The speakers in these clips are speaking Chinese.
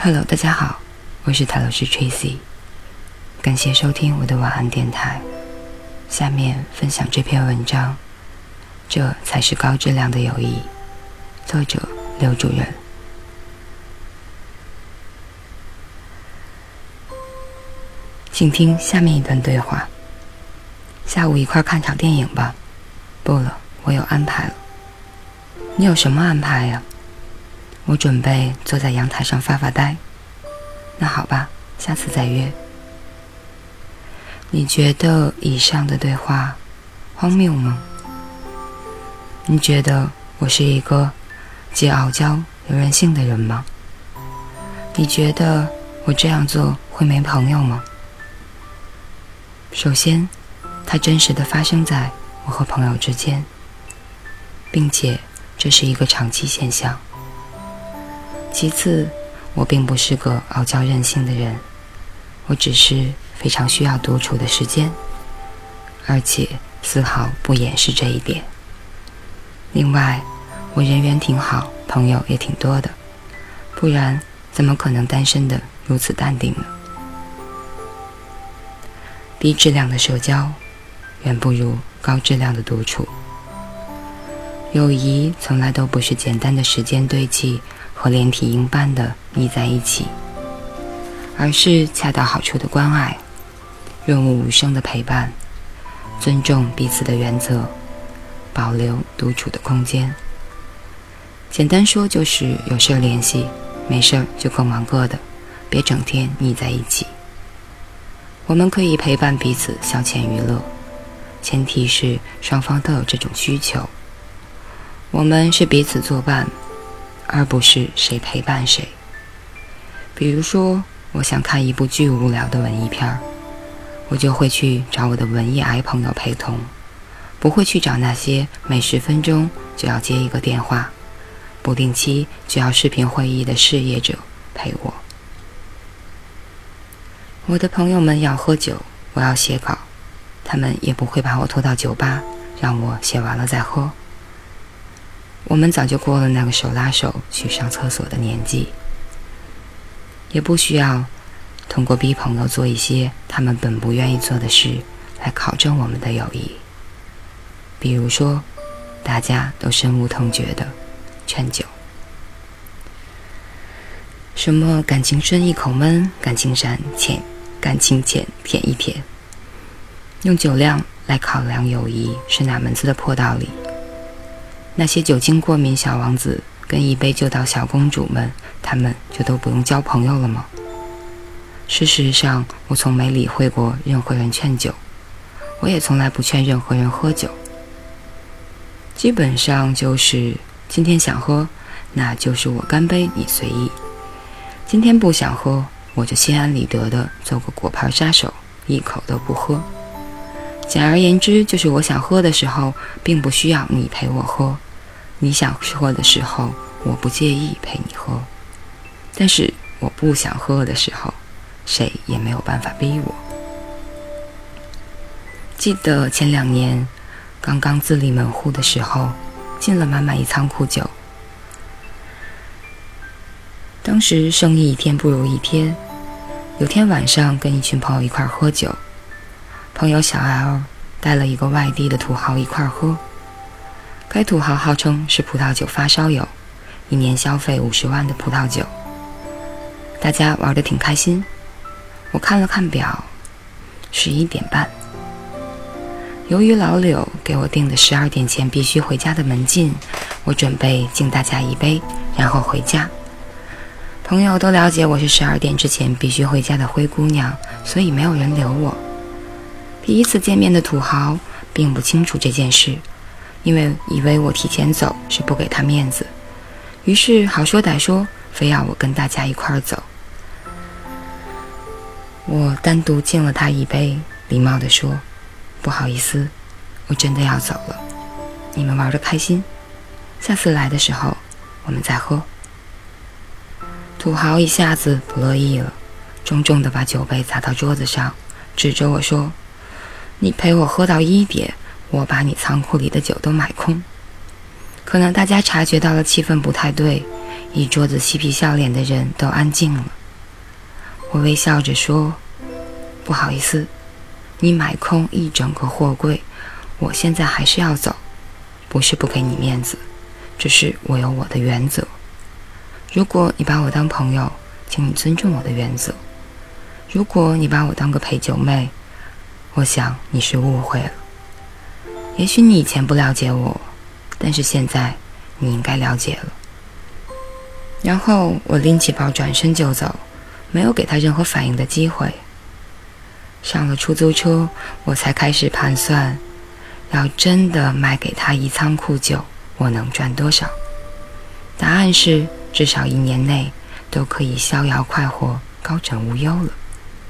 Hello， 大家好，我是塔罗师 Tracy， 感谢收听我的晚安电台。下面分享这篇文章，这才是高质量的友谊。作者刘主任。请听下面一段对话。下午一块看场电影吧。不了，我有安排了。你有什么安排呀？我准备坐在阳台上发发呆。那好吧，下次再约。你觉得以上的对话荒谬吗？你觉得我是一个既傲娇又任性的人吗？你觉得我这样做会没朋友吗？首先，它真实的发生在我和朋友之间，并且这是一个长期现象。其次，我并不是个傲娇任性的人，我只是非常需要独处的时间，而且丝毫不掩饰这一点。另外，我人缘挺好，朋友也挺多的，不然怎么可能单身的如此淡定呢？低质量的社交远不如高质量的独处。友谊从来都不是简单的时间堆积和连体婴般的腻在一起，而是恰到好处的关爱，润物无声的陪伴，尊重彼此的原则，保留独处的空间。简单说就是有事联系，没事就各忙各的，别整天腻在一起。我们可以陪伴彼此消遣娱乐，前提是双方都有这种需求。我们是彼此作伴，而不是谁陪伴谁。比如说，我想看一部巨无聊的文艺片，我就会去找我的文艺癌朋友陪同，不会去找那些每10分钟就要接一个电话，不定期就要视频会议的事业者陪我。我的朋友们要喝酒，我要写稿，他们也不会把我拖到酒吧，让我写完了再喝。我们早就过了那个手拉手去上厕所的年纪，也不需要通过逼朋友做一些他们本不愿意做的事来考证我们的友谊。比如说，大家都深恶痛绝的劝酒。什么感情深一口闷，感情深浅舔一舔，用酒量来考量友谊是哪门子的破道理？那些酒精过敏小王子跟一杯就倒小公主们，他们就都不用交朋友了吗？事实上，我从没理会过任何人劝酒，我也从来不劝任何人喝酒。基本上就是今天想喝，那就是我干杯你随意；今天不想喝，我就心安理得的做个果盘杀手，一口都不喝。简而言之，就是我想喝的时候并不需要你陪我喝，你想喝的时候我不介意陪你喝，但是我不想喝的时候谁也没有办法逼我。记得前2年刚刚自立门户的时候，进了满满一仓库酒，当时生意一天不如一天。有天晚上跟一群朋友一块喝酒，朋友小 L 带了一个外地的土豪一块喝。该土豪号称是葡萄酒发烧友，一年消费50万的葡萄酒。大家玩得挺开心。我看了看表，11点半。由于老柳给我定的12点前必须回家的门禁，我准备敬大家一杯，然后回家。朋友都了解我是12点之前必须回家的灰姑娘，所以没有人留我。第一次见面的土豪并不清楚这件事，因为以为我提前走是不给他面子，于是好说歹说，非要我跟大家一块走。我单独敬了他一杯，礼貌地说：“不好意思，我真的要走了，你们玩得开心，下次来的时候我们再喝。”土豪一下子不乐意了，重重地把酒杯砸到桌子上，指着我说：“你陪我喝到1点，我把你仓库里的酒都买空。”可能大家察觉到了气氛不太对， 一桌子嬉皮笑脸的人都安静了。我微笑着说：“不好意思，你买空一整个货柜，我现在还是要走，不是不给你面子，只是我有我的原则。如果你把我当朋友，请你尊重我的原则；如果你把我当个陪酒妹，我想你是误会了。也许你以前不了解我，但是现在你应该了解了。”然后我拎起包转身就走，没有给他任何反应的机会。上了出租车，我才开始盘算，要真的卖给他一仓库酒，我能赚多少？答案是，至少1年内都可以逍遥快活、高枕无忧了。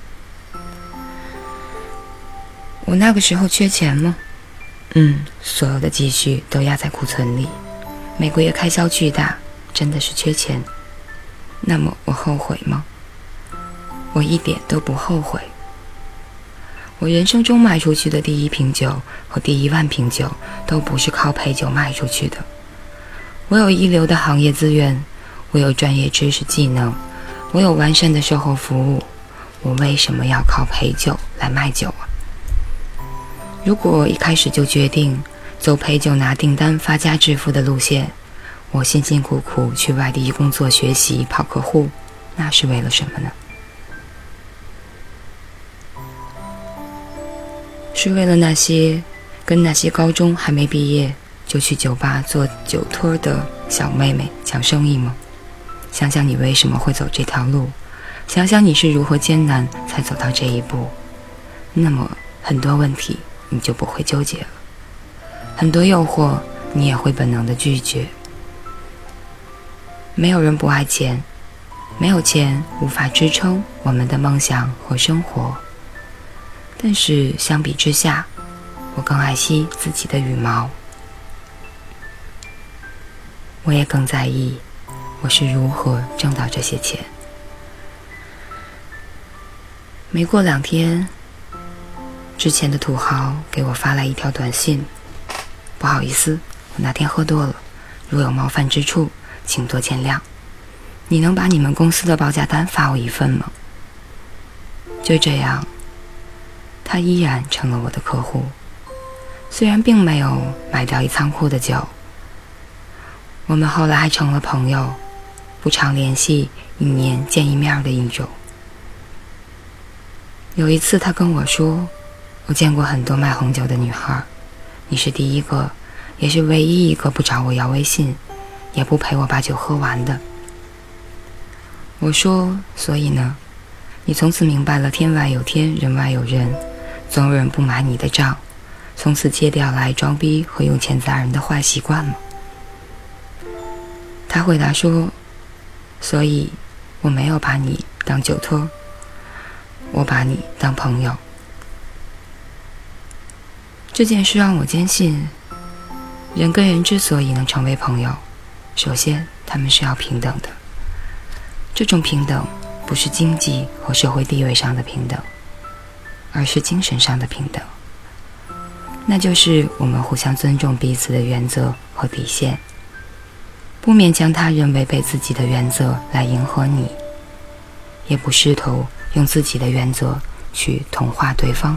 我那个时候缺钱吗？所有的积蓄都压在库存里，每个月开销巨大，真的是缺钱。那么我后悔吗？我一点都不后悔。我人生中卖出去的第1瓶酒和第1万瓶酒都不是靠陪酒卖出去的。我有一流的行业资源，我有专业知识技能，我有完善的售后服务，我为什么要靠陪酒来卖酒啊？如果一开始就决定走陪酒拿订单发家致富的路线，我辛辛苦苦去外地工作学习跑客户，那是为了什么呢？是为了跟那些高中还没毕业就去酒吧做酒托的小妹妹抢生意吗？想想你为什么会走这条路，想想你是如何艰难才走到这一步，那么很多问题你就不会纠结了，很多诱惑你也会本能的拒绝。没有人不爱钱，没有钱无法支撑我们的梦想和生活。但是相比之下，我更爱惜自己的羽毛。我也更在意我是如何挣到这些钱。没过2天，之前的土豪给我发来一条短信：不好意思，我那天喝多了，如有冒犯之处，请多见谅。你能把你们公司的报价单发我一份吗？就这样，他依然成了我的客户，虽然并没有买掉一仓库的酒。我们后来还成了朋友，不常联系，1年见一面的一种。有一次他跟我说，我见过很多卖红酒的女孩，你是第一个，也是唯一一个不找我要微信，也不陪我把酒喝完的。我说，所以呢？你从此明白了天外有天，人外有人，总有人不买你的账，从此戒掉了爱装逼和用钱砸人的坏习惯吗？他回答说，所以我没有把你当酒托，我把你当朋友。这件事让我坚信，人跟人之所以能成为朋友，首先他们是要平等的。这种平等不是经济和社会地位上的平等，而是精神上的平等。那就是我们互相尊重彼此的原则和底线，不勉强他人违背自己的原则来迎合你，也不试图用自己的原则去同化对方。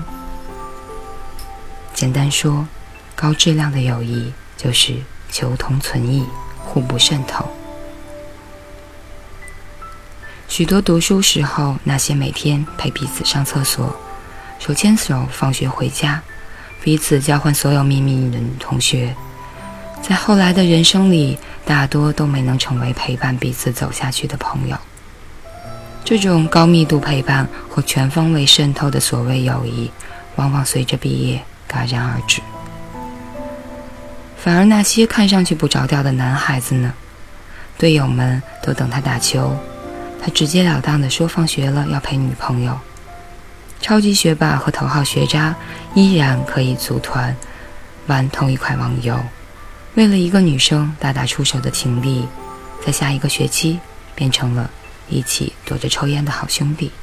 简单说，高质量的友谊就是求同存异，互不渗透。许多读书时候，那些每天陪彼此上厕所，手牵手放学回家，彼此交换所有秘密的女同学，在后来的人生里，大多都没能成为陪伴彼此走下去的朋友。这种高密度陪伴和全方位渗透的所谓友谊，往往随着毕业戛然而止。反而那些看上去不着调的男孩子呢，队友们都等他打球，他直截了当地说放学了要陪女朋友。超级学霸和头号学渣依然可以组团玩同一块网游，为了一个女生大打出手的情谊，在下一个学期变成了一起躲着抽烟的好兄弟。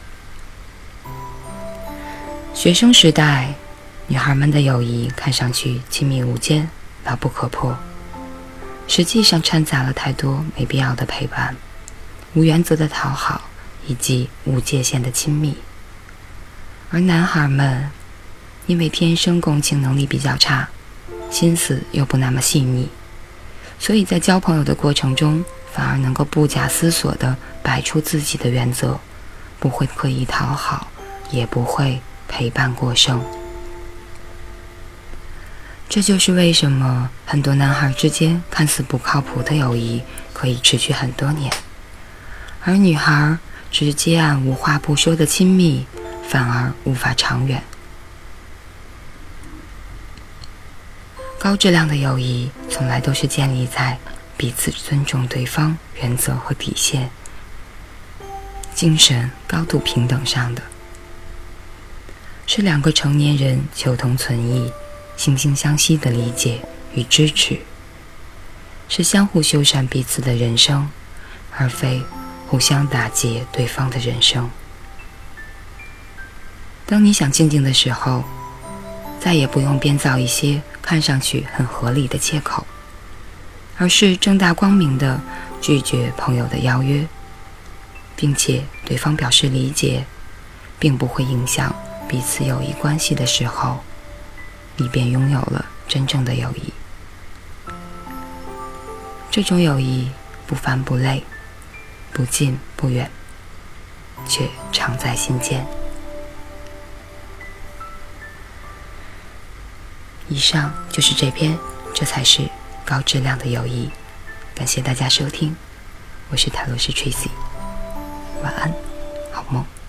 学生时代，女孩们的友谊看上去亲密无间，牢不可破。 实际上掺杂了太多没必要的陪伴、无原则的讨好以及无界限的亲密。而男孩们因为天生共情能力比较差，心思又不那么细腻，所以在交朋友的过程中反而能够不假思索地摆出自己的原则，不会刻意讨好，也不会陪伴过剩。这就是为什么很多男孩之间看似不靠谱的友谊可以持续很多年，而女孩直接按无话不说的亲密反而无法长远。高质量的友谊从来都是建立在彼此尊重对方原则和底线、精神高度平等上的，是两个成年人求同存异、惺惺相惜的理解与支持，是相互修缮彼此的人生，而非互相打劫对方的人生。当你想静静的时候，再也不用编造一些看上去很合理的借口，而是正大光明地拒绝朋友的邀约，并且对方表示理解，并不会影响彼此友谊关系的时候，你便拥有了真正的友谊。这种友谊不烦不累，不近不远，却常在心间。以上就是这篇，这才是高质量的友谊。感谢大家收听，我是塔罗师 Tracy，晚安，好梦。